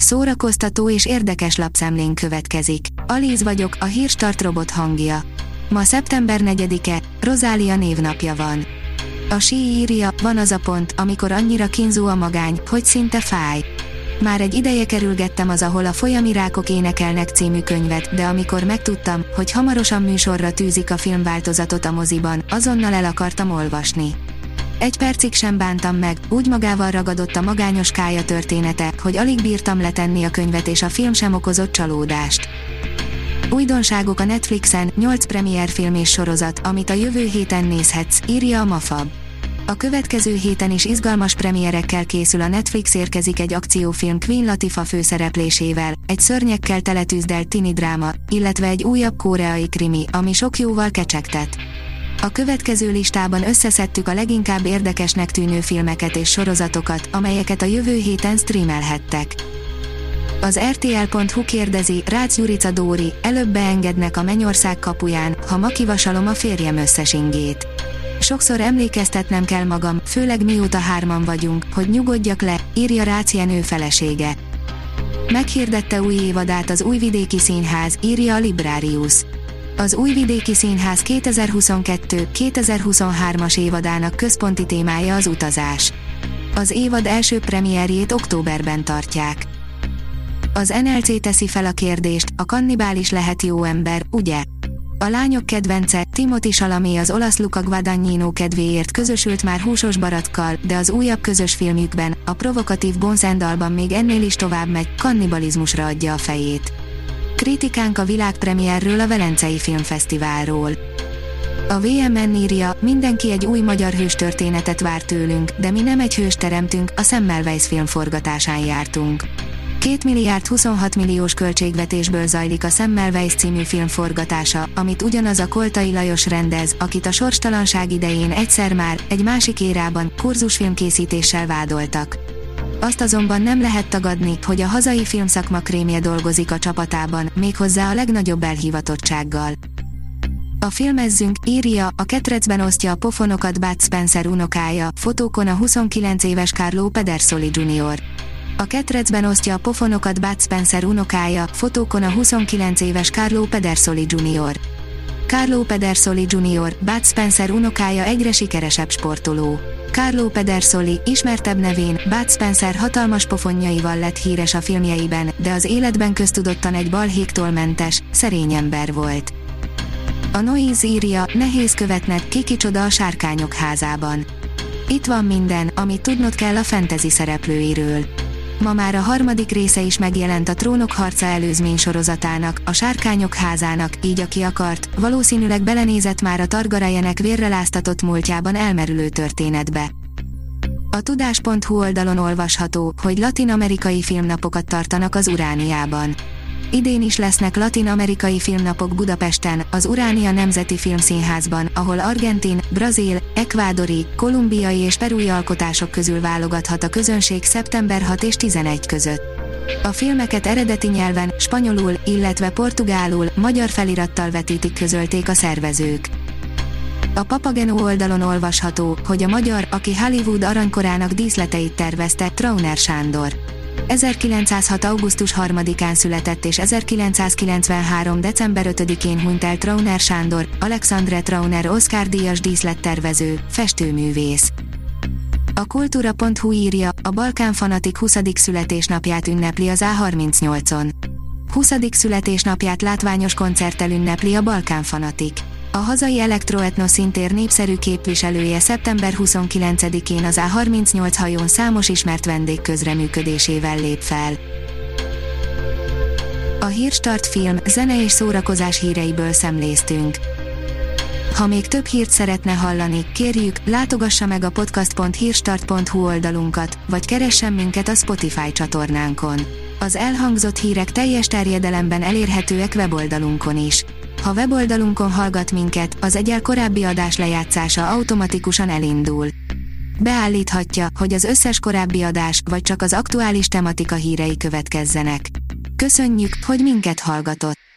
szórakoztató és érdekes lapszemlén következik. Alíz vagyok, a Hírstart robot hangja. Ma szeptember 4-e, Rozália névnapja van. A Sí írja, van az a pont, amikor annyira kínzó a magány, hogy szinte fáj. Már egy ideje kerülgettem az Ahol a folyami rákok énekelnek című könyvet, de amikor megtudtam, hogy hamarosan műsorra tűzik a filmváltozatot a moziban, azonnal el akartam olvasni. Egy percig sem bántam meg, úgy magával ragadott a magányos Kája története, hogy alig bírtam letenni a könyvet, és a film sem okozott csalódást. Újdonságok a Netflixen, 8 premierfilm és sorozat, amit a jövő héten nézhetsz, írja a Mafab. A következő héten is izgalmas premierekkel készül a Netflix, érkezik egy akciófilm Queen Latifah főszereplésével, egy szörnyekkel teletűzdelt tini dráma, illetve egy újabb koreai krimi, ami sok jóval kecsegtet. A következő listában összeszedtük a leginkább érdekesnek tűnő filmeket és sorozatokat, amelyeket a jövő héten streamelhettek. Az RTL.hu kérdezi, Rácz Jurica Dóri, előbb beengednek a mennyország kapuján, ha ma kivasalom a férjem összes ingét. Sokszor emlékeztetnem kell magam, főleg mióta 3-an vagyunk, hogy nyugodjak le, írja Rácz Jenő felesége. Meghirdette új évadát az Újvidéki Színház, írja a Librarius. Az Újvidéki Színház 2022-2023-as évadának központi témája az utazás. Az évad első premierjét októberben tartják. Az NLC teszi fel a kérdést, a kannibális lehet jó ember, ugye? A lányok kedvence, Timothy Chalamet az olasz Luca Guadagnino kedvéért közösült már húsos barackkal, de az újabb közös filmjükben, a provokatív Bones and All-ban még ennél is tovább megy, kannibalizmusra adja a fejét. Kritikánk a világpremierről, a Velencei Filmfesztiválról. A VMN írja, mindenki egy új magyar hőstörténetet vár tőlünk, de mi nem egy hőst teremtünk, a Semmelweis film forgatásán jártunk. 2 milliárd 26 milliós költségvetésből zajlik a Semmelweis című film forgatása, amit ugyanaz a Koltai Lajos rendez, akit a sorstalanság idején egyszer már, egy másik érában, kurzusfilmkészítéssel vádoltak. Azt azonban nem lehet tagadni, hogy a hazai filmszakma krémje dolgozik a csapatában, méghozzá a legnagyobb elhivatottsággal. A Filmezzünk, írja, a ketrecben osztja a pofonokat Bud Spencer unokája, fotókon a 29 éves Carlo Pedersoli Jr. A ketrecben osztja a pofonokat Bud Spencer unokája, fotókon a 29 éves Carlo Pedersoli Jr. Carlo Pedersoli Jr., Bud Spencer unokája egyre sikeresebb sportoló. Carlo Pedersoli, ismertebb nevén, Bud Spencer hatalmas pofonjaival lett híres a filmjeiben, de az életben köztudottan egy balhéktól mentes, szerény ember volt. A Noise írja, nehéz követned, ki kicsoda a Sárkányok házában. Itt van minden, amit tudnod kell a fantasy szereplőiről. Ma már a 3. része is megjelent a Trónok harca előzmény sorozatának, a Sárkányok házának, így aki akart, valószínűleg belenézett már a Targaryenek vérre láztatott múltjában elmerülő történetbe. A tudás.hu oldalon olvasható, hogy latin-amerikai filmnapokat tartanak az Urániában. Idén is lesznek latin-amerikai filmnapok Budapesten, az Uránia Nemzeti Filmszínházban, ahol argentin, brazil, ekvádori, kolumbiai és perui alkotások közül válogathat a közönség szeptember 6 és 11 között. A filmeket eredeti nyelven, spanyolul, illetve portugálul, magyar felirattal vetítik, közölték a szervezők. A Papageno oldalon olvasható, hogy a magyar, aki Hollywood aranykorának díszleteit tervezte, Trauner Sándor. 1906. augusztus 3-án született és 1993. december 5-én hunyt el Trauner Sándor, Alexandre Trauner Oscar-díjas díszlettervező, festőművész. A kultúra.hu írja, a Balkán fanatik 20. születésnapját ünnepli az A38-on. 20. születésnapját látványos koncerttel ünnepli a Balkán fanatik. A hazai elektroetnoszintér népszerű képviselője szeptember 29-én az A38 hajón számos ismert vendég közreműködésével lép fel. A Hírstart film, zene és szórakozás híreiből szemléztünk. Ha még több hírt szeretne hallani, kérjük, látogassa meg a podcast.hírstart.hu oldalunkat, vagy keressen minket a Spotify csatornánkon. Az elhangzott hírek teljes terjedelemben elérhetőek weboldalunkon is. Ha weboldalunkon hallgat minket, az egyel korábbi adás lejátszása automatikusan elindul. Beállíthatja, hogy az összes korábbi adás, vagy csak az aktuális tematika hírei következzenek. Köszönjük, hogy minket hallgatott!